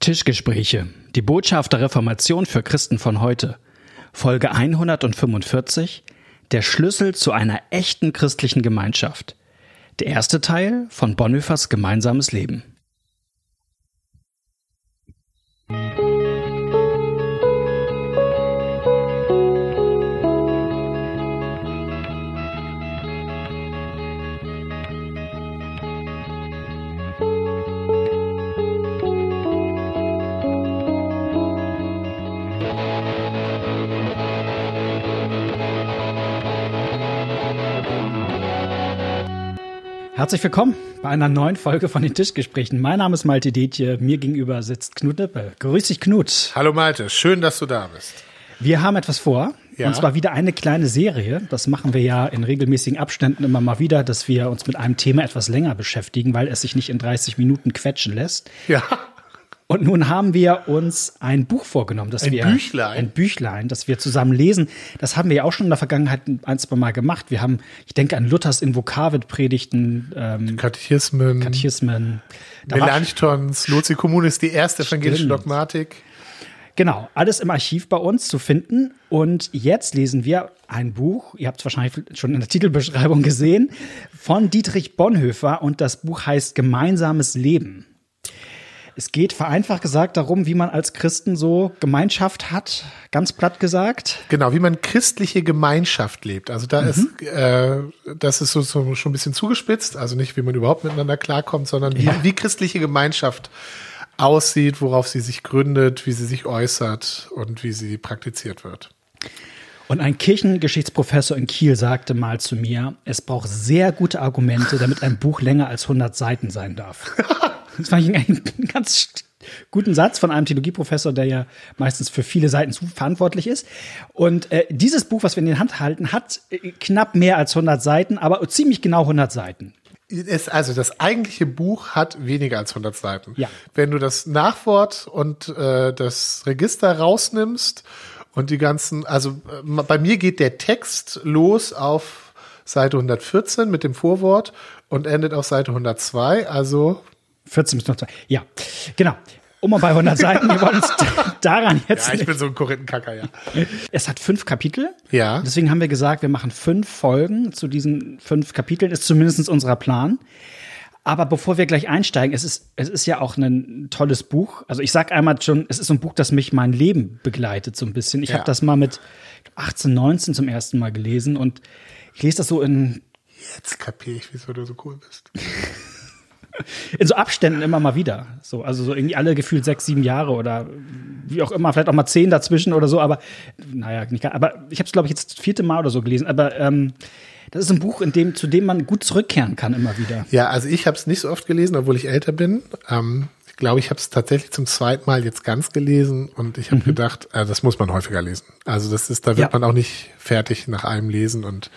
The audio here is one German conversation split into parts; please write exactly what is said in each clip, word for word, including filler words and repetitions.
Tischgespräche, die Botschaft der Reformation für Christen von heute. Folge hundertfünfundvierzig, der Schlüssel zu einer echten christlichen Gemeinschaft. Der erste Teil von Bonhoeffers gemeinsames Leben. Herzlich willkommen bei einer neuen Folge von den Tischgesprächen. Mein Name ist Malte Detje, mir gegenüber sitzt Knut Nippel. Grüß dich, Knut. Hallo Malte, schön, dass du da bist. Wir haben etwas vor, ja. Und zwar wieder eine kleine Serie. Das machen wir ja in regelmäßigen Abständen immer mal wieder, dass wir uns mit einem Thema etwas länger beschäftigen, weil es sich nicht in dreißig Minuten quetschen lässt. Ja. Und nun haben wir uns ein Buch vorgenommen, dass ein wir Büchlein. ein Büchlein, das wir zusammen lesen. Das haben wir ja auch schon in der Vergangenheit ein, zwei Mal gemacht. Wir haben, ich denke an Luthers Invokavit-Predigten, ähm, Katechismen, Katechismen, Melanchthons, Loci Communis, die erste evangelische Stimmt. Dogmatik. Genau, alles im Archiv bei uns zu finden. Und jetzt lesen wir ein Buch, ihr habt es wahrscheinlich schon in der Titelbeschreibung gesehen, von Dietrich Bonhoeffer, und das Buch heißt Gemeinsames Leben. Es geht vereinfacht gesagt darum, wie man als Christen so Gemeinschaft hat, ganz platt gesagt. Genau, wie man christliche Gemeinschaft lebt. Also da mhm. ist, äh, das ist so, so schon ein bisschen zugespitzt. Also nicht, wie man überhaupt miteinander klarkommt, sondern wie, Ja. wie christliche Gemeinschaft aussieht, worauf sie sich gründet, wie sie sich äußert und wie sie praktiziert wird. Und ein Kirchengeschichtsprofessor in Kiel sagte mal zu mir, es braucht sehr gute Argumente, damit ein Buch länger als hundert Seiten sein darf. Das fand ich einen ganz guten Satz von einem Theologieprofessor, der ja meistens für viele Seiten verantwortlich ist. Und äh, dieses Buch, was wir in der Hand halten, hat äh, knapp mehr als hundert Seiten, aber ziemlich genau hundert Seiten. Es, also das eigentliche Buch hat weniger als hundert Seiten. Ja. Wenn du das Nachwort und äh, das Register rausnimmst und die ganzen, also äh, bei mir geht der Text los auf Seite hundertvierzehn mit dem Vorwort und endet auf Seite hundertzwei, also vierzehn bis hundertzwei. Ja, genau. Um mal bei hundert Seiten, wir wollen uns daran jetzt ja, ich nicht. bin so ein Korinthenkacker, ja. Es hat fünf Kapitel. Ja. Deswegen haben wir gesagt, wir machen fünf Folgen zu diesen fünf Kapiteln. Ist zumindest unser Plan. Aber bevor wir gleich einsteigen, es ist, es ist ja auch ein tolles Buch. Also ich sag einmal schon, es ist so ein Buch, das mich mein Leben begleitet so ein bisschen. Ich Ja. habe das mal mit achtzehn, neunzehn zum ersten Mal gelesen und ich lese das so in Jetzt kapiere ich, wieso du so cool bist. In so Abständen immer mal wieder. So, also so irgendwie alle gefühlt sechs, sieben Jahre oder wie auch immer, vielleicht auch mal zehn dazwischen oder so, aber naja, nicht ganz. Aber ich habe es, glaube ich, jetzt das vierte Mal oder so gelesen. Aber ähm, das ist ein Buch, in dem, zu dem man gut zurückkehren kann immer wieder. Ja, also ich habe es nicht so oft gelesen, obwohl ich älter bin. Ähm, ich glaube, ich habe es tatsächlich zum zweiten Mal jetzt ganz gelesen und ich habe mhm. gedacht, äh, das muss man häufiger lesen. Also das ist, da wird Ja. man auch nicht fertig nach einem Lesen und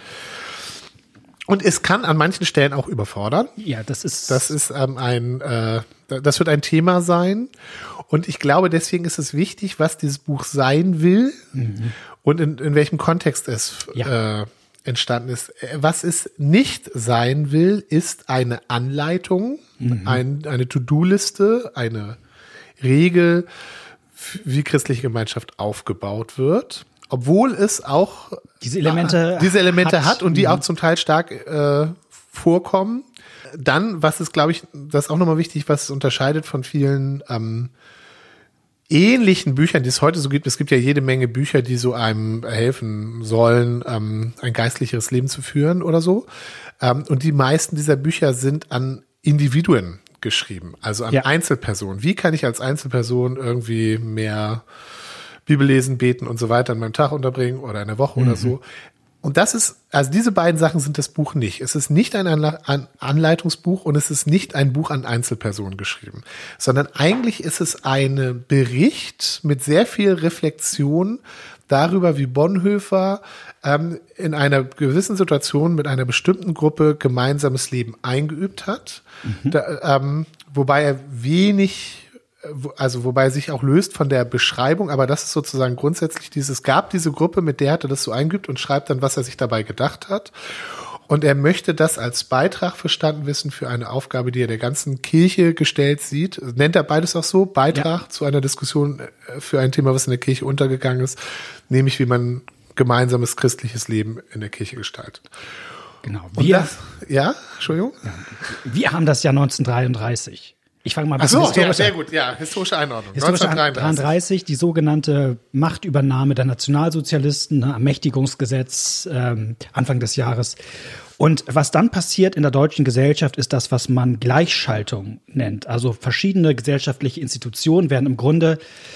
Und es kann an manchen Stellen auch überfordern. Ja, das ist. Das ist ähm, ein, äh, das wird ein Thema sein. Und ich glaube, deswegen ist es wichtig, was dieses Buch sein will mhm. und in, in welchem Kontext es ja. äh, entstanden ist. Was es nicht sein will, ist eine Anleitung, mhm. ein, eine To-Do-Liste, eine Regel, wie christliche Gemeinschaft aufgebaut wird. Obwohl es auch diese Elemente, diese Elemente hat, hat und die mhm. auch zum Teil stark äh, vorkommen. Dann, was ist, glaube ich, das ist auch nochmal wichtig, was es unterscheidet von vielen ähm, ähnlichen Büchern, die es heute so gibt. Es gibt ja jede Menge Bücher, die so einem helfen sollen, ähm, ein geistlicheres Leben zu führen oder so. Ähm, und die meisten dieser Bücher sind an Individuen geschrieben, also an ja. Einzelpersonen. Wie kann ich als Einzelperson irgendwie mehr Bibel lesen, beten und so weiter an meinem Tag unterbringen oder in der Woche mhm. oder so. Und das ist, also diese beiden Sachen sind das Buch nicht. Es ist nicht ein Anle- ein Anleitungsbuch und es ist nicht ein Buch an Einzelpersonen geschrieben, sondern eigentlich ist es ein Bericht mit sehr viel Reflexion darüber, wie Bonhoeffer ähm, in einer gewissen Situation mit einer bestimmten Gruppe gemeinsames Leben eingeübt hat, mhm. da, ähm, wobei er wenig also wobei er sich auch löst von der Beschreibung, aber das ist sozusagen grundsätzlich dieses, gab diese Gruppe, mit der hat er das so eingeübt und schreibt dann, was er sich dabei gedacht hat. Und er möchte das als Beitrag verstanden wissen für eine Aufgabe, die er der ganzen Kirche gestellt sieht. Nennt er beides auch so? Beitrag ja. zu einer Diskussion für ein Thema, was in der Kirche untergegangen ist, nämlich wie man gemeinsames christliches Leben in der Kirche gestaltet. Genau. Wir, das, ja, Entschuldigung? Ja, wir haben das Jahr neunzehnhundertdreiunddreißig. Ich fange mal ein bisschen Ach so, historisch ja, sehr an. gut, ja, historische Einordnung. Historische neunzehnhundertdreiunddreißig, die sogenannte Machtübernahme der Nationalsozialisten, ne, Ermächtigungsgesetz ähm, Anfang des Jahres. Und was dann passiert in der deutschen Gesellschaft, ist das, was man Gleichschaltung nennt. Also verschiedene gesellschaftliche Institutionen werden im Grunde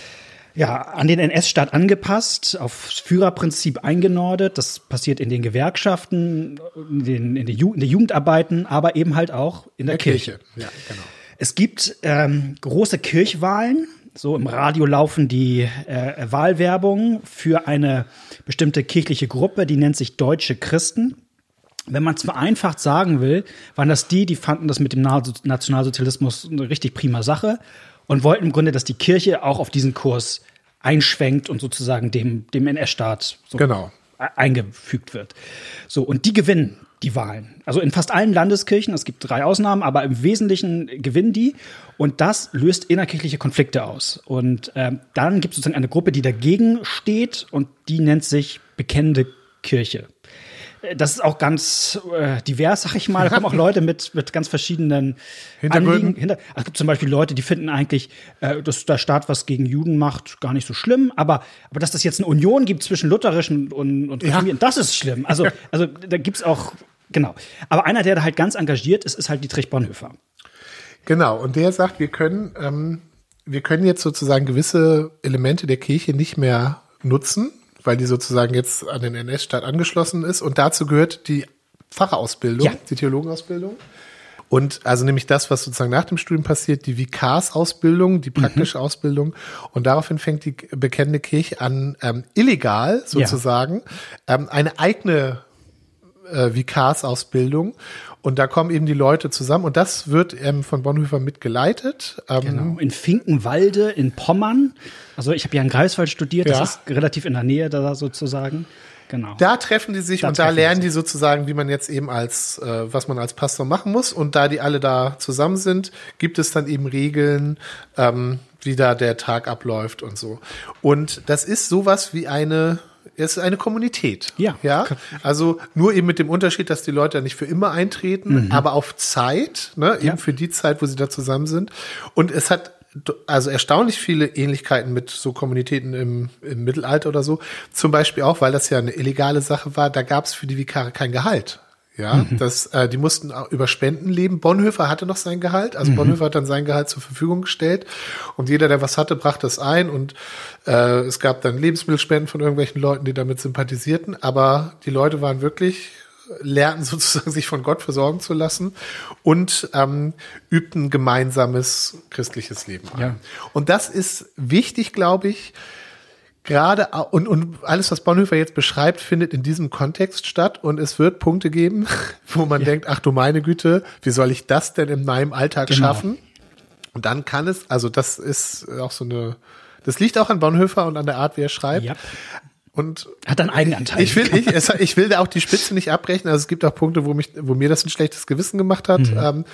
ja, an den N S-Staat angepasst, aufs Führerprinzip eingenordet. Das passiert in den Gewerkschaften, in, den, in, der, Ju- in der Jugendarbeiten, aber eben halt auch in der, der Kirche. Kirche. Ja, genau. Es gibt ähm, große Kirchwahlen. So im Radio laufen die äh, Wahlwerbung für eine bestimmte kirchliche Gruppe, die nennt sich Deutsche Christen. Wenn man es vereinfacht sagen will, waren das die, die fanden das mit dem Nationalsozialismus eine richtig prima Sache und wollten im Grunde, dass die Kirche auch auf diesen Kurs einschwenkt und sozusagen dem, dem N S-Staat so genau. eingefügt wird. So, und die gewinnen die Wahlen. Also in fast allen Landeskirchen, es gibt drei Ausnahmen, aber im Wesentlichen gewinnen die. Und das löst innerkirchliche Konflikte aus. Und ähm, dann gibt es sozusagen eine Gruppe, die dagegen steht und die nennt sich Bekennende Kirche. Das ist auch ganz äh, divers, sag ich mal. Da kommen auch Leute mit, mit ganz verschiedenen Anliegen. Hinter, also es gibt zum Beispiel Leute, die finden eigentlich, äh, dass der Staat was gegen Juden macht, gar nicht so schlimm. Aber, aber dass das jetzt eine Union gibt zwischen Lutherischen und, und Reformierten, ja. das ist schlimm. Also, also da gibt's auch, genau. Aber einer, der da halt ganz engagiert ist, ist halt Dietrich Bonhoeffer. Genau, und der sagt, wir können, ähm, wir können jetzt sozusagen gewisse Elemente der Kirche nicht mehr nutzen, weil die sozusagen jetzt an den N S-Staat angeschlossen ist. Und dazu gehört die Pfarrerausbildung, ja. die Theologenausbildung. Und also nämlich das, was sozusagen nach dem Studium passiert, die Vikarsausbildung, die praktische mhm. Ausbildung. Und daraufhin fängt die bekennende Kirche an, ähm, illegal sozusagen, ja. ähm, eine eigene äh, Vikarsausbildung. Und da kommen eben die Leute zusammen. Und das wird ähm, von Bonhoeffer mitgeleitet. Ähm, genau, in Finkenwalde in Pommern. Also ich habe ja in Greifswald studiert, das ja. ist relativ in der Nähe da sozusagen. Genau. Da treffen die sich da und da lernen die sozusagen, wie man jetzt eben als, äh, was man als Pastor machen muss. Und da die alle da zusammen sind, gibt es dann eben Regeln, ähm, wie da der Tag abläuft und so. Und das ist sowas wie eine Es ist eine Kommunität. Ja. ja. Also nur eben mit dem Unterschied, dass die Leute da nicht für immer eintreten, mhm. aber auf Zeit, ne, eben ja. für die Zeit, wo sie da zusammen sind. Und es hat also erstaunlich viele Ähnlichkeiten mit so Kommunitäten im, im Mittelalter oder so. Zum Beispiel auch, weil das ja eine illegale Sache war, da gab es für die Vikare kein Gehalt. Ja, mhm. das, äh, die mussten auch über Spenden leben. Bonhoeffer hatte noch sein Gehalt, also mhm. Bonhoeffer hat dann sein Gehalt zur Verfügung gestellt und jeder, der was hatte, brachte es ein und äh, es gab dann Lebensmittelspenden von irgendwelchen Leuten, die damit sympathisierten, aber die Leute waren wirklich, lernten sozusagen sich von Gott versorgen zu lassen und ähm, übten gemeinsames christliches Leben ein. Ja. Und das ist wichtig, glaube ich. Gerade, und, und alles, was Bonhoeffer jetzt beschreibt, findet in diesem Kontext statt und es wird Punkte geben, wo man ja. denkt, ach du meine Güte, wie soll ich das denn in meinem Alltag genau. schaffen? Und dann kann es, also das ist auch so eine, das liegt auch an Bonhoeffer und an der Art, wie er schreibt. Ja. Und hat einen Eigenanteil. Ich will, ich, es, ich will da auch die Spitze nicht abbrechen. Also es gibt auch Punkte, wo mich, wo mir das ein schlechtes Gewissen gemacht hat, mhm. ähm,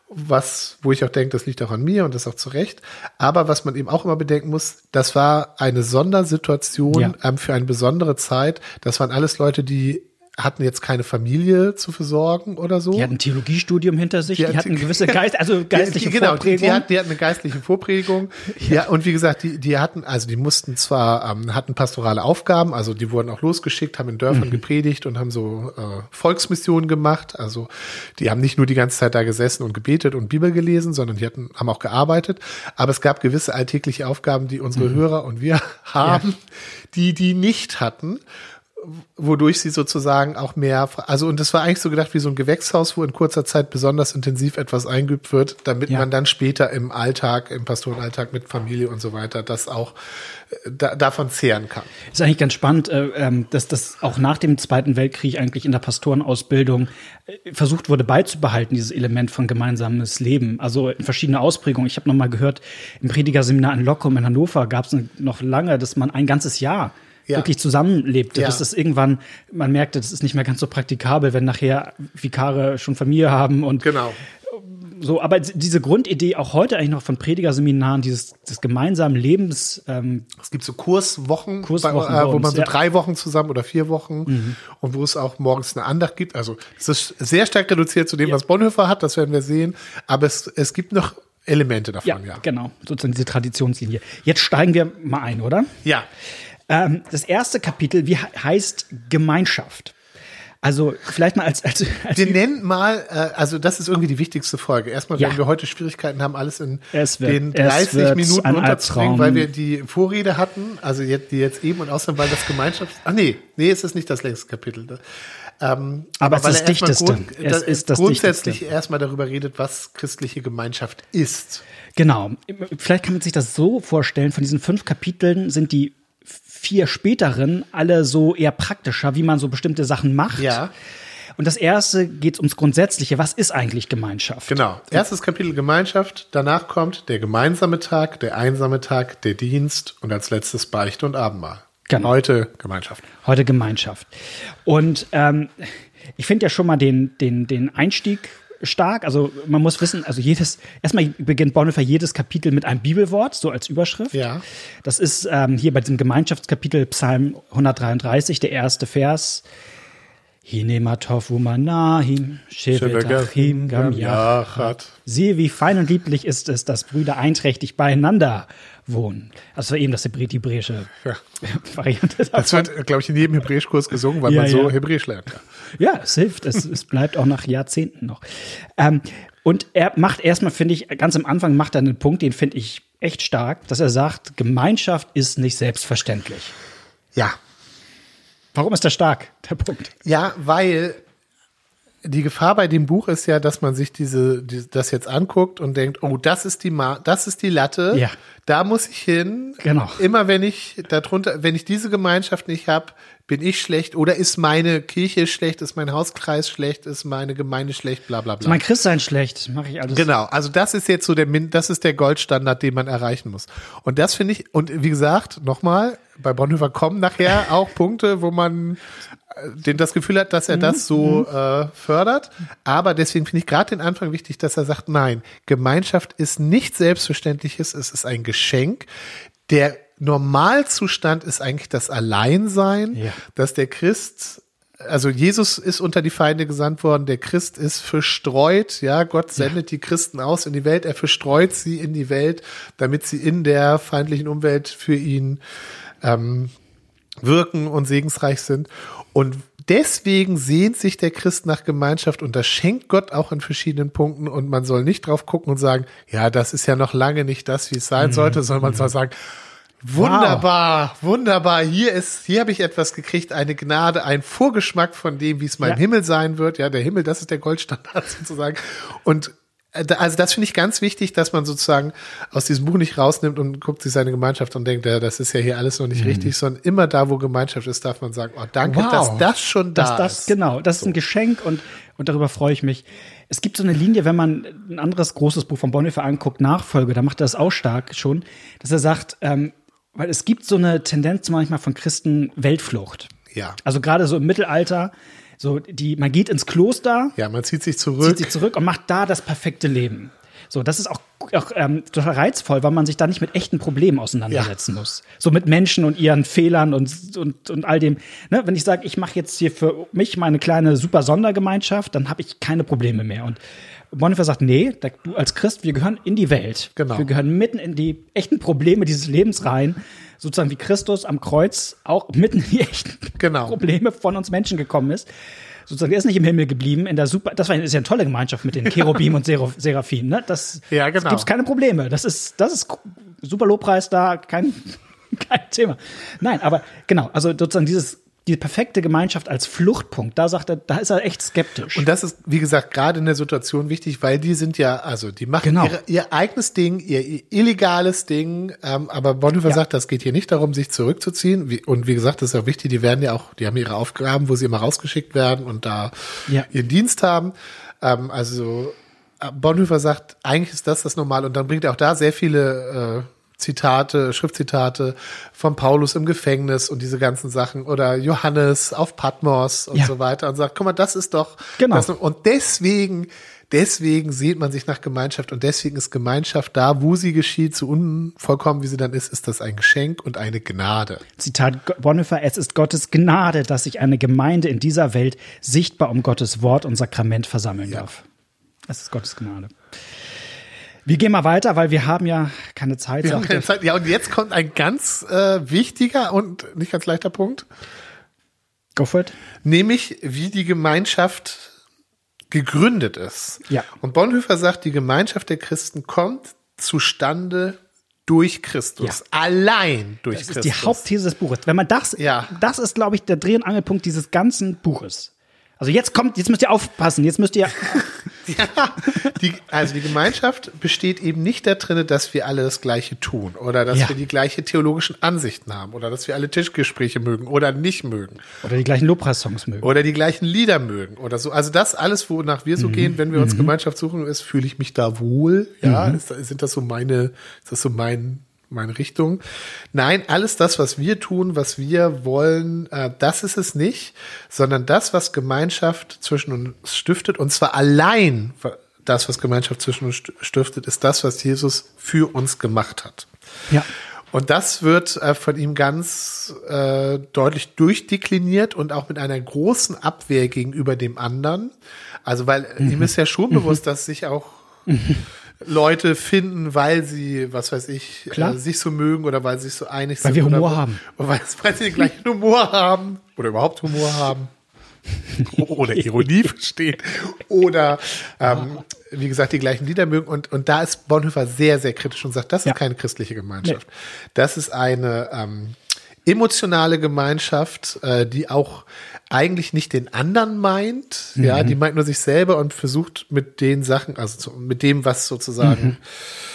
was, wo ich auch denke, das liegt auch an mir und das auch zu Recht. Aber was man eben auch immer bedenken muss, das war eine Sondersituation ja. ähm, für eine besondere Zeit. Das waren alles Leute, die hatten jetzt keine Familie zu versorgen oder so. Die hatten ein Theologiestudium hinter sich, die, die hatten gewisse Geist, also geistliche die, genau, Vorprägung. Die, die, hatten, die hatten eine geistliche Vorprägung. ja. ja, und wie gesagt, die, die hatten, also die mussten zwar, ähm, hatten pastorale Aufgaben, also die wurden auch losgeschickt, haben in Dörfern mhm. gepredigt und haben so äh, Volksmissionen gemacht. Also die haben nicht nur die ganze Zeit da gesessen und gebetet und Bibel gelesen, sondern die hatten, haben auch gearbeitet. Aber es gab gewisse alltägliche Aufgaben, die unsere mhm. Hörer und wir haben, ja. die die nicht hatten. Wodurch sie sozusagen auch mehr, also und das war eigentlich so gedacht wie so ein Gewächshaus, wo in kurzer Zeit besonders intensiv etwas eingeübt wird, damit ja. man dann später im Alltag, im Pastorenalltag mit Familie und so weiter, das auch da, davon zehren kann. Ist eigentlich ganz spannend, äh, dass das auch nach dem Zweiten Weltkrieg eigentlich in der Pastorenausbildung äh, versucht wurde beizubehalten, dieses Element von gemeinsames Leben, also in verschiedene Ausprägungen. Ich habe noch mal gehört, im Predigerseminar in Lockum in Hannover gab es noch lange, dass man ein ganzes Jahr ja. wirklich zusammenlebte. Ja. Das ist irgendwann, man merkte, das ist nicht mehr ganz so praktikabel, wenn nachher Vikare schon Familie haben und genau. so. Aber diese Grundidee auch heute eigentlich noch von Predigerseminaren, dieses des gemeinsamen Lebens. Ähm, es gibt so Kurswochen, Kurswochen bei, äh, bei wo uns, man so ja. drei Wochen zusammen oder vier Wochen mhm. und wo es auch morgens eine Andacht gibt. Also es ist sehr stark reduziert zu dem, ja. was Bonhoeffer hat, das werden wir sehen. Aber es, es gibt noch Elemente davon, ja. Ja, genau. Sozusagen diese Traditionslinie. Jetzt steigen wir mal ein, oder? Ja. Ähm, das erste Kapitel, wie heißt Gemeinschaft? Also vielleicht mal als als, als wir nennen mal, äh, also das ist irgendwie die wichtigste Folge. Erstmal, ja. wenn wir heute Schwierigkeiten haben, alles in es wird, den dreißig Minuten ein unterzubringen, weil wir die Vorrede hatten, also jetzt, die jetzt eben und außerdem, weil das Gemeinschafts... Ach nee, nee, es ist nicht das längste Kapitel. Ähm, aber, aber es ist das Dichteste. Grund, es das ist das grundsätzlich Dichteste. erstmal darüber redet, was christliche Gemeinschaft ist. Genau. Vielleicht kann man sich das so vorstellen, von diesen fünf Kapiteln sind die vier späteren alle so eher praktischer, wie man so bestimmte Sachen macht. Ja. Und das erste geht ums Grundsätzliche. Was ist eigentlich Gemeinschaft? Genau. Erstes Kapitel Gemeinschaft. Danach kommt der gemeinsame Tag, der einsame Tag, der Dienst und als letztes Beichte und Abendmahl. Genau. Heute Gemeinschaft. Heute Gemeinschaft. Und ähm, ich finde ja schon mal den, den, den Einstieg stark. Also man muss wissen, also jedes, erstmal beginnt Bonhoeffer jedes Kapitel mit einem Bibelwort, so als Überschrift. Ja. Das ist ähm, hier bei diesem Gemeinschaftskapitel Psalm hundertdreiunddreißig, der erste Vers. Hinematov Umanahim, Shevetachim Gam Yachat. Siehe, wie fein und lieblich ist es, dass Brüder einträchtig beieinander wohnen. Also das war eben das hebräische ja. Variante davon. Das wird, glaube ich, in jedem Hebräischkurs gesungen, weil ja, man so ja. Hebräisch lernt. Ja, ja es hilft. Es, es bleibt auch nach Jahrzehnten noch. Ähm, und er macht erstmal, finde ich, ganz am Anfang macht er einen Punkt, den finde ich echt stark, dass er sagt, Gemeinschaft ist nicht selbstverständlich. Ja. Warum ist das stark, der Punkt? Ja, weil die Gefahr bei dem Buch ist ja, dass man sich diese, die, das jetzt anguckt und denkt, oh, das ist die Ma- das ist die Latte, ja. da muss ich hin. Genau. Immer wenn ich darunter, wenn ich diese Gemeinschaft nicht habe, bin ich schlecht oder ist meine Kirche schlecht, ist mein Hauskreis schlecht, ist meine Gemeinde schlecht, bla bla bla. Ist mein Christsein schlecht, mache ich alles. Genau, also das ist jetzt so der Min- das ist der Goldstandard, den man erreichen muss. Und das finde ich, und wie gesagt, nochmal, bei Bonhoeffer kommen nachher auch Punkte, wo man den das Gefühl hat, dass er das so äh, fördert. Aber deswegen finde ich gerade den Anfang wichtig, dass er sagt, nein, Gemeinschaft ist nichts Selbstverständliches, es ist ein Geschenk. Der Normalzustand ist eigentlich das Alleinsein, ja. dass der Christ, also Jesus ist unter die Feinde gesandt worden, der Christ ist verstreut, ja, Gott sendet ja. die Christen aus in die Welt, er verstreut sie in die Welt, damit sie in der feindlichen Umwelt für ihn ähm, wirken und segensreich sind. Und deswegen sehnt sich der Christ nach Gemeinschaft und das schenkt Gott auch in verschiedenen Punkten und man soll nicht drauf gucken und sagen, ja, das ist ja noch lange nicht das, wie es sein mhm. sollte, sondern man soll sagen, wunderbar, wow. wunderbar, hier ist, hier habe ich etwas gekriegt, eine Gnade, ein Vorgeschmack von dem, wie es mein ja. Himmel sein wird. Ja, der Himmel, das ist der Goldstandard sozusagen. Und also das finde ich ganz wichtig, dass man sozusagen aus diesem Buch nicht rausnimmt und guckt sich seine Gemeinschaft und denkt, ja, das ist ja hier alles noch nicht mhm. richtig, sondern immer da, wo Gemeinschaft ist, darf man sagen, oh, danke, wow. dass das schon da dass das, ist. Genau, das so. ist ein Geschenk und, und darüber freue ich mich. Es gibt so eine Linie, wenn man ein anderes großes Buch von Bonhoeffer anguckt, Nachfolge, da macht er das auch stark schon, dass er sagt, ähm, weil es gibt so eine Tendenz manchmal von Christen Weltflucht. Ja. Also gerade so im Mittelalter, so die, man geht ins Kloster. Ja, man zieht sich zurück. Zieht sich zurück und macht da das perfekte Leben. So, das ist auch, auch ähm, total reizvoll, weil man sich da nicht mit echten Problemen auseinandersetzen ja. muss. So mit Menschen und ihren Fehlern und, und, und all dem. Ne? Wenn ich sage, ich mache jetzt hier für mich meine kleine super Sondergemeinschaft, dann habe ich keine Probleme mehr. Und Bonhoeffer sagt, nee, da, du als Christ, wir gehören in die Welt. Genau. Wir gehören mitten in die echten Probleme dieses Lebens rein. Sozusagen wie Christus am Kreuz auch mitten in die echten genau. Probleme von uns Menschen gekommen ist. Sozusagen, er ist nicht im Himmel geblieben, in der super, das war ist ja eine tolle Gemeinschaft mit den Cherubim und Seraphim, ne? Das, ja, genau. das gibt's keine Probleme. Das ist, das ist super Lobpreis da, kein, kein Thema. Nein, aber genau, also sozusagen dieses, die perfekte Gemeinschaft als Fluchtpunkt, da sagt er, da ist er echt skeptisch. Und das ist, wie gesagt, gerade in der Situation wichtig, weil die sind ja, also die machen genau. ihre, ihr eigenes Ding, ihr illegales Ding, ähm, aber Bonhoeffer ja. sagt, das geht hier nicht darum, sich zurückzuziehen. Wie, und wie gesagt, das ist auch wichtig, die werden ja auch, die haben ihre Aufgaben, wo sie immer rausgeschickt werden und da ja. ihren Dienst haben. Ähm, also Bonhoeffer sagt, eigentlich ist das das Normal und dann bringt er auch da sehr viele äh, Zitate, Schriftzitate von Paulus im Gefängnis und diese ganzen Sachen oder Johannes auf Patmos und Ja. so weiter und sagt, guck mal, das ist doch Genau. das, und deswegen Deswegen sehnt man sich nach Gemeinschaft und deswegen ist Gemeinschaft da, wo sie geschieht, so unvollkommen wie sie dann ist, ist das ein Geschenk und eine Gnade. Zitat Bonhoeffer, es ist Gottes Gnade, dass sich eine Gemeinde in dieser Welt sichtbar um Gottes Wort und Sakrament versammeln Ja. darf. Es ist Gottes Gnade. Wir gehen mal weiter, weil wir haben ja keine Zeit. Wir haben sagt keine er. Zeit. Ja, und jetzt kommt ein ganz äh, wichtiger und nicht ganz leichter Punkt, Go for it. nämlich wie die Gemeinschaft gegründet ist. Ja. Und Bonhoeffer sagt, die Gemeinschaft der Christen kommt zustande durch Christus. Ja. Allein durch Das Christus. ist die Hauptthese des Buches. Wenn man das, Ja. das ist, glaube ich, der Dreh- und Angelpunkt dieses ganzen Buches. Also jetzt kommt, jetzt müsst ihr aufpassen, jetzt müsst ihr, Ja, die, also die Gemeinschaft besteht eben nicht darin, dass wir alle das Gleiche tun oder dass Ja. wir die gleiche theologischen Ansichten haben oder dass wir alle Tischgespräche mögen oder nicht mögen oder die gleichen Lobpreissongs mögen. oder die gleichen Lieder mögen oder so. Also das alles, wonach wir so Mhm. gehen, wenn wir uns Gemeinschaft suchen, ist, fühle ich mich da wohl? Ja, Mhm. ist, sind das so meine, ist das so mein meine Richtung? Nein, alles das, was wir tun, was wir wollen, äh, das ist es nicht, sondern das, was Gemeinschaft zwischen uns stiftet, und zwar allein das, was Gemeinschaft zwischen uns stiftet, ist das, was Jesus für uns gemacht hat. Ja. Und das wird äh, von ihm ganz äh, deutlich durchdekliniert und auch mit einer großen Abwehr gegenüber dem anderen. Also, weil Mhm. ihm ist ja schon bewusst, dass sich auch Leute finden, weil sie, was weiß ich, Klar. äh, sich so mögen oder weil sie sich so einig Weil sind. wir oder Humor wo- haben. Oder weil, weil sie den gleichen Humor haben oder überhaupt Humor haben. Oder Ironie verstehen. Oder, ähm, wie gesagt, die gleichen Lieder mögen. Und, und da ist Bonhoeffer sehr, sehr kritisch und sagt, das Ja. ist keine christliche Gemeinschaft. Das ist eine ähm, emotionale Gemeinschaft, äh, die auch eigentlich nicht den anderen meint. Mhm. Ja, die meint nur sich selber und versucht mit den Sachen, also zu, mit dem, was sozusagen Mhm.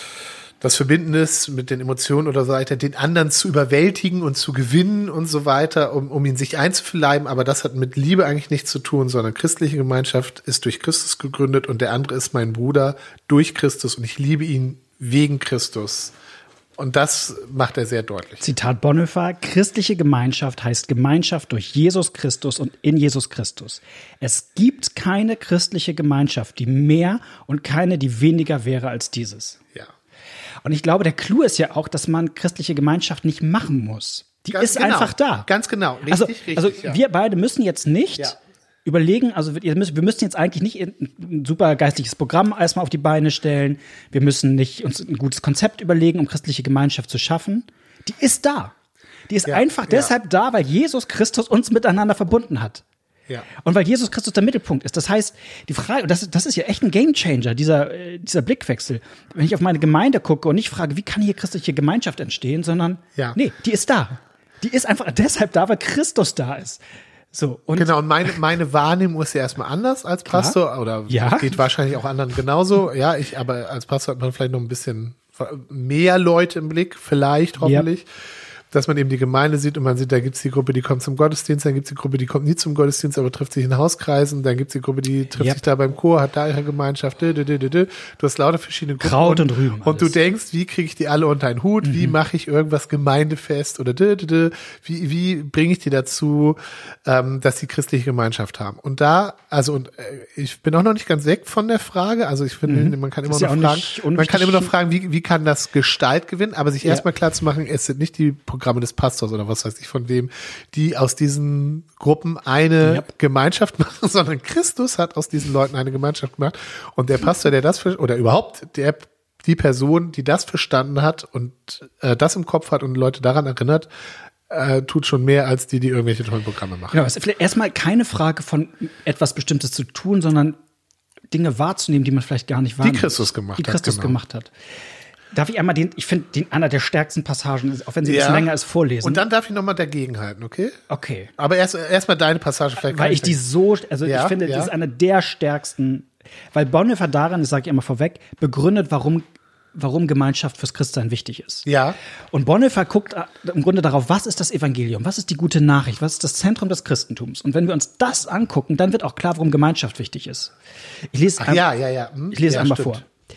das Verbindende ist, mit den Emotionen oder so weiter, den anderen zu überwältigen und zu gewinnen und so weiter, um, um ihn sich einzuverleiben. Aber das hat mit Liebe eigentlich nichts zu tun, sondern christliche Gemeinschaft ist durch Christus gegründet und der andere ist mein Bruder durch Christus und ich liebe ihn wegen Christus. Und das macht er sehr deutlich. Zitat Bonhoeffer, christliche Gemeinschaft heißt Gemeinschaft durch Jesus Christus und in Jesus Christus. Es gibt keine christliche Gemeinschaft, die mehr und keine, die weniger wäre als dieses. Ja. Und ich glaube, der Clou ist ja auch, dass man christliche Gemeinschaft nicht machen muss. Die Ganz ist genau. einfach da. Ganz genau. Richtig, also, richtig. also ja. wir beide müssen jetzt nicht Ja. überlegen, also wir müssen, wir müssen jetzt eigentlich nicht ein super geistliches Programm erstmal auf die Beine stellen. Wir müssen nicht uns ein gutes Konzept überlegen, um christliche Gemeinschaft zu schaffen. Die ist da. Die ist Ja, einfach ja. deshalb da, weil Jesus Christus uns miteinander verbunden hat. Ja. Und weil Jesus Christus der Mittelpunkt ist. Das heißt, die Frage, und das, das ist ja echt ein Gamechanger, dieser, äh, dieser Blickwechsel. Wenn ich auf meine Gemeinde gucke und nicht frage, wie kann hier christliche Gemeinschaft entstehen, sondern, Ja. nee, die ist da. Die ist einfach deshalb da, weil Christus da ist. So, und Genau, und meine, meine Wahrnehmung ist ja erstmal anders als Pastor, oder Ja. geht wahrscheinlich auch anderen genauso. Ja, ich, aber als Pastor hat man vielleicht noch ein bisschen mehr Leute im Blick, vielleicht, hoffentlich. Dass man eben die Gemeinde sieht und man sieht, da gibt's die Gruppe, die kommt zum Gottesdienst, dann gibt's die Gruppe, die kommt nie zum Gottesdienst, aber trifft sich in Hauskreisen, dann gibt's die Gruppe, die trifft Yep. sich da beim Chor, hat da ihre Gemeinschaft, dü, dü, dü, dü, dü. Du hast lauter verschiedene Gruppen. Kraut und Rüben Und du alles. denkst, wie kriege ich die alle unter einen Hut, wie mache ich irgendwas gemeindefest oder dü, dü, dü. wie, wie bringe ich die dazu, ähm, dass sie christliche Gemeinschaft haben. Und da, also und äh, ich bin auch noch nicht ganz weg von der Frage, also ich finde, man kann immer Ist ja noch auch fragen, nicht man unwichtig. kann immer noch fragen, wie, wie kann das Gestalt gewinnen, aber sich Ja. erstmal klar zu machen, es sind nicht die Programme des Pastors oder was weiß ich von wem, die aus diesen Gruppen eine Ja. Gemeinschaft machen, sondern Christus hat aus diesen Leuten eine Gemeinschaft gemacht und der Pastor, der das, ver- oder überhaupt der, die Person, die das verstanden hat und äh, das im Kopf hat und Leute daran erinnert, äh, tut schon mehr als die, die irgendwelche tollen Programme machen. genau, es ist vielleicht erstmal keine Frage von etwas Bestimmtes zu tun, sondern Dinge wahrzunehmen, die man vielleicht gar nicht wahrnimmt. Christus gemacht die hat, Christus genau. gemacht hat. Darf ich einmal den, ich finde, den einer der stärksten Passagen, auch wenn sie ein bisschen Ja. länger ist, vorlesen? Und dann darf ich nochmal dagegen halten, okay? okay. Aber erst erstmal deine Passage vielleicht. Weil kann ich die so, also Ja, ich finde, ja. das ist eine der stärksten, weil Bonhoeffer daran, das sage ich immer vorweg, begründet, warum, warum Gemeinschaft fürs Christsein wichtig ist. Ja. Und Bonhoeffer guckt im Grunde darauf, was ist das Evangelium, was ist die gute Nachricht, was ist das Zentrum des Christentums. Und wenn wir uns das angucken, dann wird auch klar, warum Gemeinschaft wichtig ist. Ich lese, Ach, ja, ja, ja. Hm? ich lese ja, einmal stimmt. vor.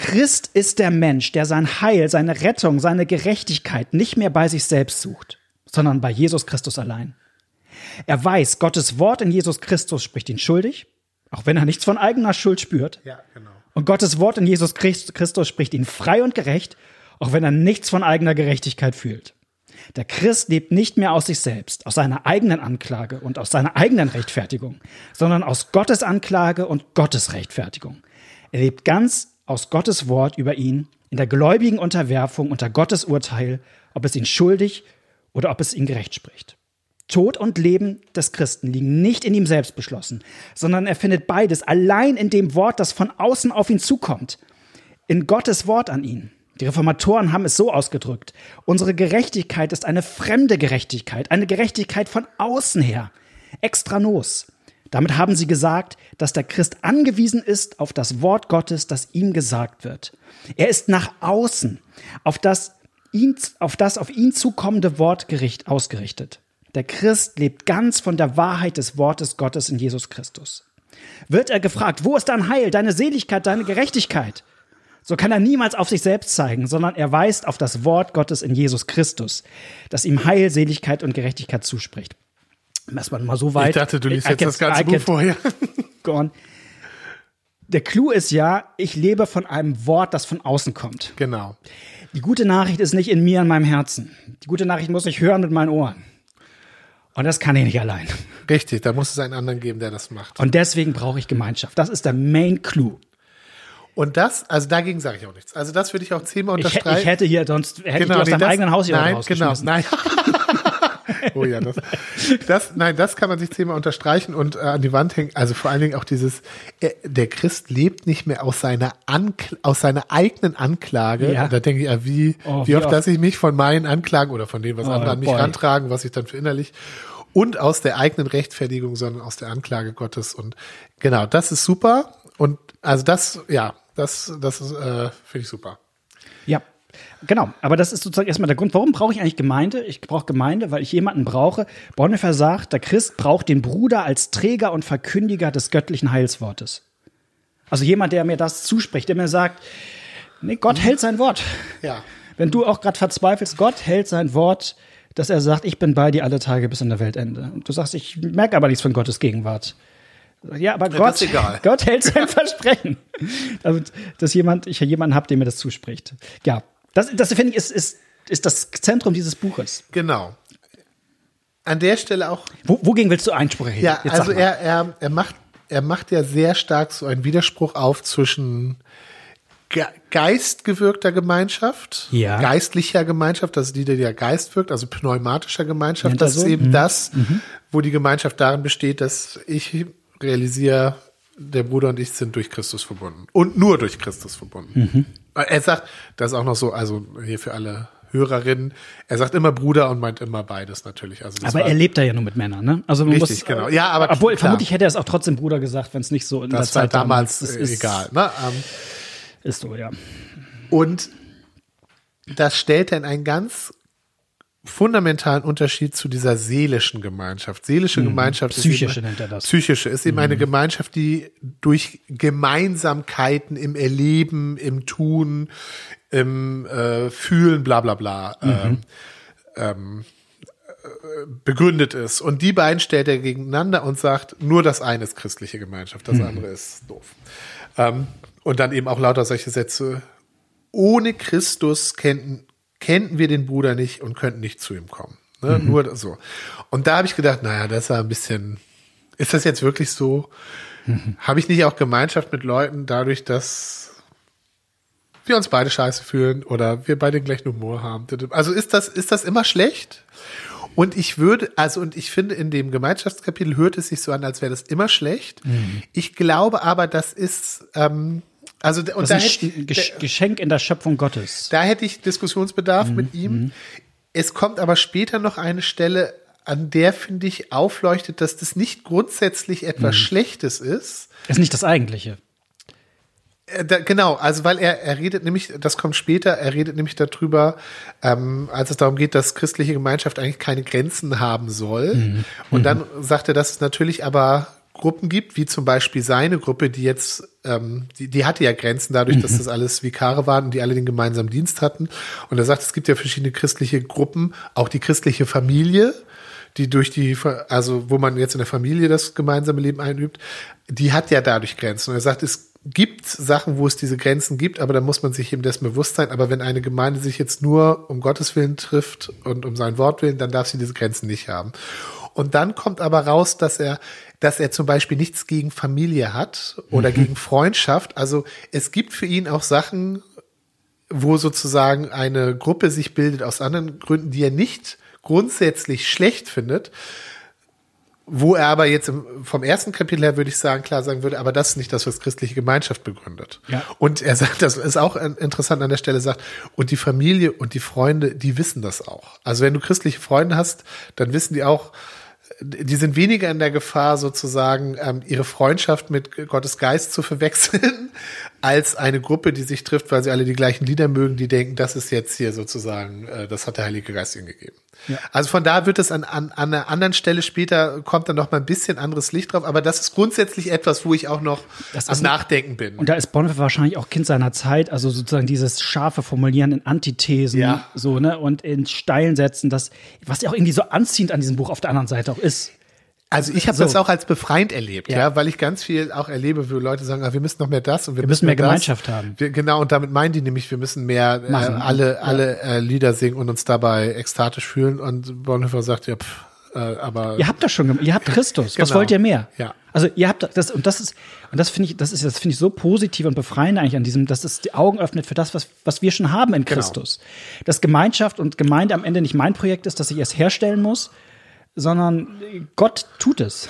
Christ ist der Mensch, der sein Heil, seine Rettung, seine Gerechtigkeit nicht mehr bei sich selbst sucht, sondern bei Jesus Christus allein. Er weiß, Gottes Wort in Jesus Christus spricht ihn schuldig, auch wenn er nichts von eigener Schuld spürt. Ja, genau. Und Gottes Wort in Jesus Christus spricht ihn frei und gerecht, auch wenn er nichts von eigener Gerechtigkeit fühlt. Der Christ lebt nicht mehr aus sich selbst, aus seiner eigenen Anklage und aus seiner eigenen Rechtfertigung, sondern aus Gottes Anklage und Gottes Rechtfertigung. Er lebt ganz aus Gottes Wort über ihn, in der gläubigen Unterwerfung unter Gottes Urteil, ob es ihn schuldig oder ob es ihn gerecht spricht. Tod und Leben des Christen liegen nicht in ihm selbst beschlossen, sondern er findet beides allein in dem Wort, das von außen auf ihn zukommt, in Gottes Wort an ihn. Die Reformatoren haben es so ausgedrückt: Unsere Gerechtigkeit ist eine fremde Gerechtigkeit, eine Gerechtigkeit von außen her, extranos. Damit haben sie gesagt, dass der Christ angewiesen ist auf das Wort Gottes, das ihm gesagt wird. Er ist nach außen, auf das, ihn, auf das auf ihn zukommende Wortgericht ausgerichtet. Der Christ lebt ganz von der Wahrheit des Wortes Gottes in Jesus Christus. Wird er gefragt, wo ist dein Heil, deine Seligkeit, deine Gerechtigkeit? So kann er niemals auf sich selbst zeigen, sondern er weist auf das Wort Gottes in Jesus Christus, das ihm Heil, Seligkeit und Gerechtigkeit zuspricht. Erstmal mal so weit. Ich dachte, du liest jetzt das ganze Buch vorher. Der Clou ist ja, ich lebe von einem Wort, das von außen kommt. Genau. Die gute Nachricht ist nicht in mir, in meinem Herzen. Die gute Nachricht muss ich hören mit meinen Ohren. Und das kann ich nicht allein. Richtig, da muss es einen anderen geben, der das macht. Und deswegen brauche ich Gemeinschaft. Das ist der Main Clou. Und das, also dagegen sage ich auch nichts. Also das würde ich auch zehnmal unterstreichen. Ich, ich hätte hier sonst, hätte genau, ich dir aus nee, deinem das, eigenen Haus hier nein, rausgeschmissen. Genau, nein. Oh ja, das, das, nein, das kann man sich zehnmal unterstreichen und äh, an die Wand hängen. Also vor allen Dingen auch dieses, äh, der Christ lebt nicht mehr aus seiner Ankl- aus seiner eigenen Anklage. Ja. Da denke ich, ja, wie, oh, wie, wie oft, oft, dass ich mich von meinen Anklagen oder von dem, was oh, andere an mich boy. rantragen, was ich dann verinnerlich, und aus der eigenen Rechtfertigung, sondern aus der Anklage Gottes. Und genau, das ist super. Und also das, ja, das, das ist, äh, finde ich super. Ja, genau. Aber das ist sozusagen erstmal der Grund, warum brauche ich eigentlich Gemeinde? Ich brauche Gemeinde, weil ich jemanden brauche. Bonhoeffer sagt, der Christ braucht den Bruder als Träger und Verkündiger des göttlichen Heilswortes. Also jemand, der mir das zuspricht, der mir sagt, nee, Gott hält sein Wort. Ja. Wenn du auch gerade verzweifelst, Gott hält sein Wort, dass er sagt, ich bin bei dir alle Tage bis an der Weltende. Und du sagst, ich merke aber nichts von Gottes Gegenwart. Ja, aber ja, Gott, das ist egal. Gott hält sein Versprechen. Also, dass jemand, ich jemanden habe, der mir das zuspricht. Ja, das, das finde ich, ist, ist, ist das Zentrum dieses Buches. Genau. An der Stelle auch. Wo, wogegen willst du Einspruch erheben? Ja, Jetzt also sag mal. er, er, er macht, er macht ja sehr stark so einen Widerspruch auf zwischen ge- geistgewirkter Gemeinschaft, Ja. geistlicher Gemeinschaft, also die, die der Geist wirkt, also pneumatischer Gemeinschaft. Nennt er Das ist so? eben Mhm. das, wo die Gemeinschaft darin besteht, dass ich realisiere, der Bruder und ich sind durch Christus verbunden. Und nur durch Christus verbunden. Mhm. Er sagt, das ist auch noch so, also hier für alle Hörerinnen, er sagt immer Bruder und meint immer beides natürlich. Also das Aber war, er lebt da ja nur mit Männern, ne? Also man Richtig, muss, genau. Ja, aber obwohl, klar. vermutlich hätte er es auch trotzdem Bruder gesagt, wenn es nicht so in das der war Zeit damals Das äh, ist, egal. Ne? Ähm, Ist so, ja. Und das stellt dann einen ganz fundamentalen Unterschied zu dieser seelischen Gemeinschaft. Seelische Gemeinschaft Psychische ist eben, nennt er das. Psychische ist eben eine Gemeinschaft, die durch Gemeinsamkeiten im Erleben, im Tun, im äh, Fühlen, bla bla bla, ähm, ähm, äh, begründet ist. Und die beiden stellt er gegeneinander und sagt, nur das eine ist christliche Gemeinschaft, das andere ist doof. Ähm, und dann eben auch lauter solche Sätze, ohne Christus kennten kennten wir den Bruder nicht und könnten nicht zu ihm kommen. Ne? Mhm. Nur so. Und da habe ich gedacht, naja, das ist ja ein bisschen, ist das jetzt wirklich so? Mhm. Habe ich nicht auch Gemeinschaft mit Leuten dadurch, dass wir uns beide scheiße fühlen oder wir beide den gleichen Humor haben? Also ist das, ist das immer schlecht? Und ich würde, also und ich finde, in dem Gemeinschaftskapitel hört es sich so an, als wäre das immer schlecht. Mhm. Ich glaube aber, das ist, ähm, Also, und das da ist ein Gesch- Geschenk in der Schöpfung Gottes. Da hätte ich Diskussionsbedarf mhm. mit ihm. Es kommt aber später noch eine Stelle, an der, finde ich, aufleuchtet, dass das nicht grundsätzlich etwas mhm. Schlechtes ist. Ist nicht das Eigentliche. Äh, da, genau, also weil er, er redet nämlich, das kommt später, er redet nämlich darüber, ähm, als es darum geht, dass christliche Gemeinschaft eigentlich keine Grenzen haben soll. Mhm. Und dann sagt er, dass es natürlich aber Gruppen gibt, wie zum Beispiel seine Gruppe, die jetzt, ähm, die, die hatte ja Grenzen dadurch, mhm. dass das alles Vikare waren und die alle den gemeinsamen Dienst hatten. Und er sagt, es gibt ja verschiedene christliche Gruppen, auch die christliche Familie, die durch die, also wo man jetzt in der Familie das gemeinsame Leben einübt, die hat ja dadurch Grenzen. Und er sagt, es gibt Sachen, wo es diese Grenzen gibt, aber da muss man sich eben dessen bewusst sein. Aber wenn eine Gemeinde sich jetzt nur um Gottes Willen trifft und um sein Wort willen, dann darf sie diese Grenzen nicht haben. Und dann kommt aber raus, dass er, dass er zum Beispiel nichts gegen Familie hat oder mhm. gegen Freundschaft. Also es gibt für ihn auch Sachen, wo sozusagen eine Gruppe sich bildet aus anderen Gründen, die er nicht grundsätzlich schlecht findet, wo er aber jetzt im, vom ersten Kapitel her, würde ich sagen, klar sagen würde, aber das ist nicht das, was christliche Gemeinschaft begründet. Ja. Und er sagt, das ist auch interessant an der Stelle, sagt, und die Familie und die Freunde, die wissen das auch. Also wenn du christliche Freunde hast, dann wissen die auch, die sind weniger in der Gefahr, sozusagen ähm, ihre Freundschaft mit Gottes Geist zu verwechseln, als eine Gruppe, die sich trifft, weil sie alle die gleichen Lieder mögen, die denken, das ist jetzt hier sozusagen, äh, das hat der Heilige Geist ihnen gegeben. Ja. Also von da wird es an, an, an einer anderen Stelle später, kommt dann noch mal ein bisschen anderes Licht drauf, aber das ist grundsätzlich etwas, wo ich auch noch das am Nachdenken bin. Und da ist Bonhoeffer wahrscheinlich auch Kind seiner Zeit, also sozusagen dieses scharfe Formulieren in Antithesen, ja. so, ne, und in steilen Sätzen, das, was ja auch irgendwie so anziehend an diesem Buch auf der anderen Seite auch ist. Also ich habe so. das auch als befreiend erlebt, ja. ja, weil ich ganz viel auch erlebe, wo Leute sagen, ah, wir müssen noch mehr das und wir, wir müssen mehr, mehr Gemeinschaft das. haben. Wir, genau, und damit meinen die nämlich, wir müssen mehr äh, alle ja. alle äh, Lieder singen und uns dabei ekstatisch fühlen. Und Bonhoeffer sagt, ja, pff, äh, aber ihr habt das schon gemacht, ihr habt Christus. Genau. Was wollt ihr mehr? Ja. Also ihr habt das und das ist und das finde ich, das ist das finde ich so positiv und befreiend eigentlich an diesem, dass es die Augen öffnet für das, was was wir schon haben in Christus. Genau. Dass Gemeinschaft und Gemeinde am Ende nicht mein Projekt ist, dass ich es herstellen muss, sondern Gott tut es.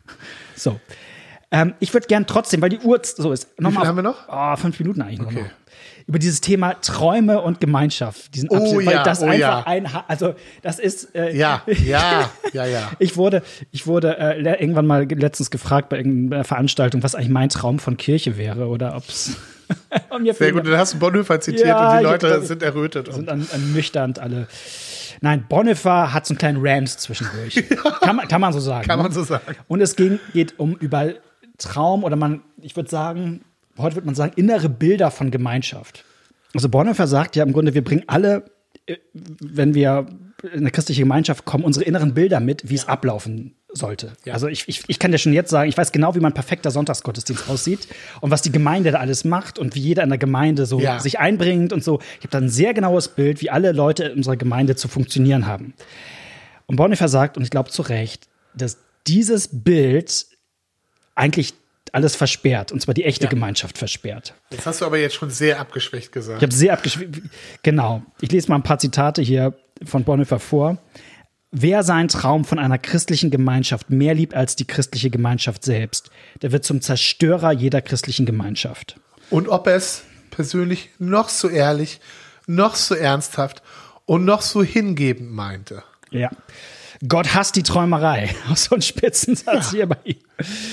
So. Ähm, ich würde gern trotzdem, weil die Uhr so ist. Noch Wie viel auf, haben wir noch? Oh, fünf Minuten eigentlich okay. nur noch. Über dieses Thema Träume und Gemeinschaft. Diesen oh Abschnitt, ja, weil das oh einfach ja. ein, also das ist. Äh, ja, ja, ja, ja. ich wurde, ich wurde äh, irgendwann mal letztens gefragt bei irgendeiner Veranstaltung, was eigentlich mein Traum von Kirche wäre oder ob's. Sehr gut, dann hast du Bonhoeffer zitiert ja, und die Leute ich, sind errötet. Sind an, ernüchternd alle. Nein, Bonhoeffer hat so einen kleinen Rant zwischendurch. Ja. Kann, man, kann man so sagen. Kann ne? man so sagen. Und es ging, geht um über Traum oder man, ich würde sagen, heute würde man sagen, innere Bilder von Gemeinschaft. Also Bonhoeffer sagt ja im Grunde, wir bringen alle, wenn wir in eine christliche Gemeinschaft kommen, unsere inneren Bilder mit, wie ja. es ablaufen sollte. Ja. Also ich, ich, ich kann dir schon jetzt sagen, ich weiß genau, wie mein perfekter Sonntagsgottesdienst aussieht und was die Gemeinde da alles macht und wie jeder in der Gemeinde so ja. sich einbringt und so. Ich habe da ein sehr genaues Bild, wie alle Leute in unserer Gemeinde zu funktionieren haben. Und Bonhoeffer sagt, und ich glaube zu Recht, dass dieses Bild eigentlich alles versperrt, und zwar die echte ja. Gemeinschaft versperrt. Das hast du aber jetzt schon sehr abgeschwächt gesagt. Ich habe sehr abgeschwächt, genau. Ich lese mal ein paar Zitate hier von Bonhoeffer vor. Wer seinen Traum von einer christlichen Gemeinschaft mehr liebt als die christliche Gemeinschaft selbst, der wird zum Zerstörer jeder christlichen Gemeinschaft. Und ob er es persönlich noch so ehrlich, noch so ernsthaft und noch so hingebend meinte. Ja. Gott hasst die Träumerei. So ein Spitzensatz ja. hier bei ihm.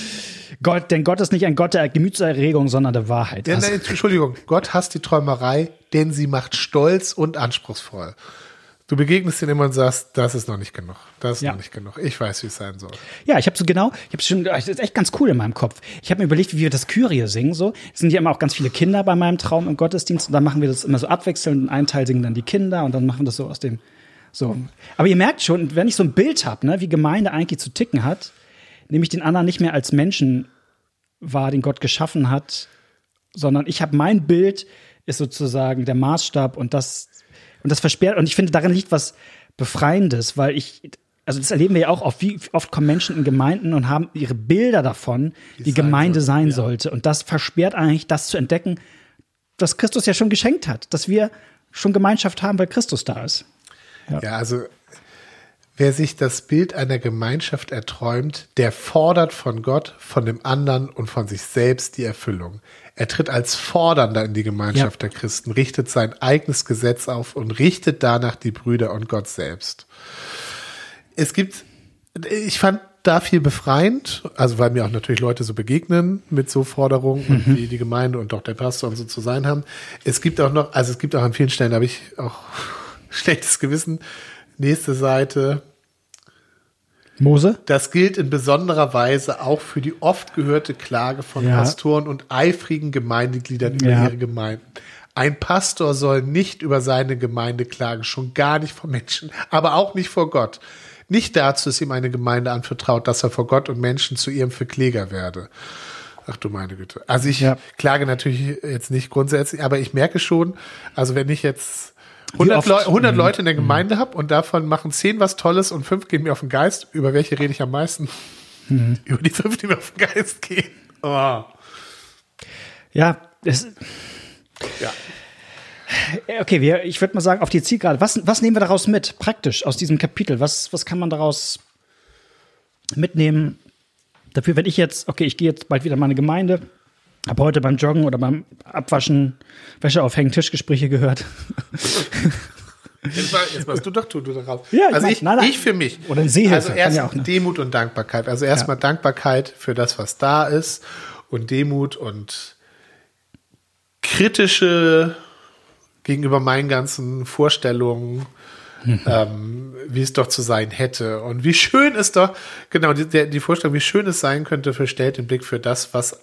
Gott, denn Gott ist nicht ein Gott der Gemütserregung, sondern der Wahrheit. Ja, nein, Entschuldigung, Gott hasst die Träumerei, denn sie macht stolz und anspruchsvoll. Du begegnest ihn immer und sagst, das ist noch nicht genug. Das ist ja. noch nicht genug. Ich weiß, wie es sein soll. Ja, ich habe so genau, ich habe schon, das ist echt ganz cool in meinem Kopf. Ich habe mir überlegt, wie wir das Kyrie singen. So, es sind ja immer auch ganz viele Kinder bei meinem Traum im Gottesdienst und dann machen wir das immer so abwechselnd. Und einen Teil singen dann die Kinder und dann machen wir das so aus dem. So. Aber ihr merkt schon, wenn ich so ein Bild habe, ne, wie Gemeinde eigentlich zu ticken hat, nehme ich den anderen nicht mehr als Menschen wahr, den Gott geschaffen hat, sondern ich habe mein Bild ist sozusagen der Maßstab und das und das versperrt und ich finde darin liegt was Befreiendes, weil ich also das erleben wir ja auch oft, wie oft kommen Menschen in Gemeinden und haben ihre Bilder davon, wie, wie Gemeinde sein, sein sollte ja. und das versperrt eigentlich das zu entdecken, was Christus ja schon geschenkt hat, dass wir schon Gemeinschaft haben, weil Christus da ist. Ja, ja also wer sich das Bild einer Gemeinschaft erträumt, der fordert von Gott, von dem anderen und von sich selbst die Erfüllung. Er tritt als Fordernder in die Gemeinschaft ja. der Christen, richtet sein eigenes Gesetz auf und richtet danach die Brüder und Gott selbst. Es gibt, ich fand da viel befreiend, also weil mir auch natürlich Leute so begegnen mit so Forderungen, mhm. und wie die Gemeinde und doch der Pastor und so zu sein haben. Es gibt auch noch, also es gibt auch an vielen Stellen, da habe ich auch schlechtes Gewissen. Nächste Seite. Mose? Das gilt in besonderer Weise auch für die oft gehörte Klage von Ja. Pastoren und eifrigen Gemeindegliedern über Ja. ihre Gemeinden. Ein Pastor soll nicht über seine Gemeinde klagen, schon gar nicht vor Menschen, aber auch nicht vor Gott. Nicht dazu ist ihm eine Gemeinde anvertraut, dass er vor Gott und Menschen zu ihrem Verkläger werde. Ach du meine Güte. Also ich Ja. klage natürlich jetzt nicht grundsätzlich, aber ich merke schon, also wenn ich jetzt hundert, oft? Leu- hundert Leute in der Gemeinde habe und davon machen zehn was Tolles und fünf gehen mir auf den Geist, über welche rede ich am meisten? Über die fünf, die mir auf den Geist gehen. Oh. Ja, es, Ja. okay, wir, ich würde mal sagen, auf die Zielgerade. Was, was nehmen wir daraus mit, praktisch, aus diesem Kapitel? Was, was kann man daraus mitnehmen? Dafür, wenn ich jetzt, okay, ich gehe jetzt bald wieder in meine Gemeinde, habe heute beim Joggen oder beim Abwaschen, Wäsche aufhängen, Tischgespräche gehört. Jetzt, mal, jetzt machst du doch, tu du doch raus. Ja, ich also mein, ich, nein, nein. ich für mich. Oder ein Seehilfe, Also kann erst ja auch, ne? Demut und Dankbarkeit. Also erstmal Ja. Dankbarkeit für das, was da ist und Demut und kritische gegenüber meinen ganzen Vorstellungen, Mhm. ähm, wie es doch zu sein hätte. Und wie schön es doch, genau, die, der, die Vorstellung, wie schön es sein könnte, verstellt den Blick für das, was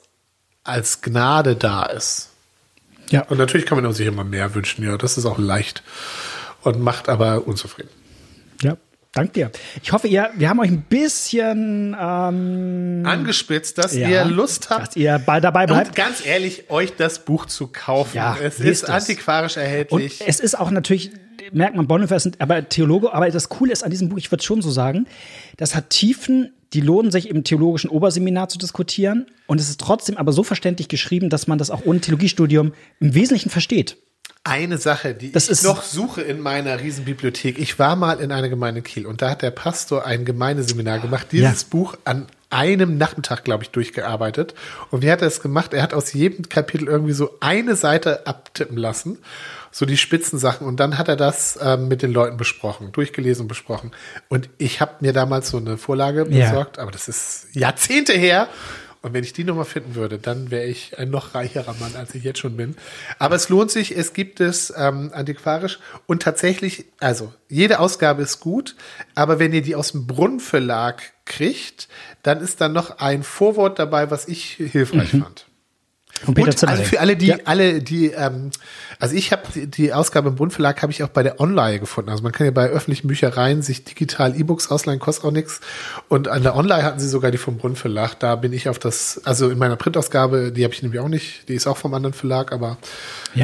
als Gnade da ist. Ja. Und natürlich kann man auch sich immer mehr wünschen, ja, das ist auch leicht und macht aber unzufrieden. Ja, danke dir. Ich hoffe, ihr, wir haben euch ein bisschen ähm, Angespitzt, dass ja, ihr Lust habt, dass ihr bei, dabei und bleibt. ganz ehrlich, euch das Buch zu kaufen. Ja, es lest ist es. antiquarisch erhältlich. Und es ist auch natürlich, merkt man, Bonhoeffer ist ein, aber Theologe, aber das Coole ist an diesem Buch, ich würde schon so sagen, das hat Tiefen, die lohnen sich im theologischen Oberseminar zu diskutieren. Und es ist trotzdem aber so verständlich geschrieben, dass man das auch ohne Theologiestudium im Wesentlichen versteht. Eine Sache, die Das ich ist- noch suche in meiner Riesenbibliothek. Ich war mal in einer Gemeinde in Kiel und da hat der Pastor ein Gemeindeseminar gemacht. Dieses Ja. Buch an einem Nachmittag, glaube ich, durchgearbeitet. Und wie hat er es gemacht? Er hat aus jedem Kapitel irgendwie so eine Seite abtippen lassen, so die Spitzensachen. Und dann hat er das ähm, mit den Leuten besprochen, durchgelesen und besprochen. Und ich habe mir damals so eine Vorlage Ja. besorgt, aber das ist Jahrzehnte her. Und wenn ich die nochmal finden würde, dann wäre ich ein noch reicherer Mann, als ich jetzt schon bin. Aber es lohnt sich, es gibt es ähm, antiquarisch und tatsächlich, also jede Ausgabe ist gut, aber wenn ihr die aus dem Brunn Verlag kriegt, dann ist da noch ein Vorwort dabei, was ich hilfreich fand. Von Peter Und also Zimmerling. für alle, die, Ja. alle, die, ähm, also ich habe die, die Ausgabe im Bund Verlag habe ich auch bei der Online gefunden. Also man kann ja bei öffentlichen Büchereien sich digital E-Books ausleihen, kostet auch nichts. Und an der Online hatten sie sogar die vom Brunn Verlag. Da bin ich auf das, also in meiner Printausgabe, die habe ich nämlich auch nicht, die ist auch vom anderen Verlag, aber Ja.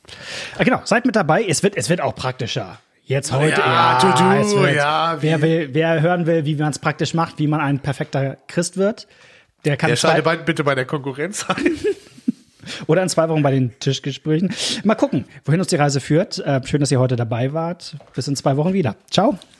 Ah, genau, seid mit dabei. Es wird, es wird auch praktischer. Jetzt heute. ja, du, du, es wird, ja, wie- wer, will, wer hören will, wie man es praktisch macht, wie man ein perfekter Christ wird, der kann der zwei, schaltet bei- bitte bei der Konkurrenz ein. oder in zwei Wochen bei den Tischgesprächen. Mal gucken, wohin uns die Reise führt. Äh, schön, dass ihr heute dabei wart. Bis in zwei Wochen wieder. Ciao.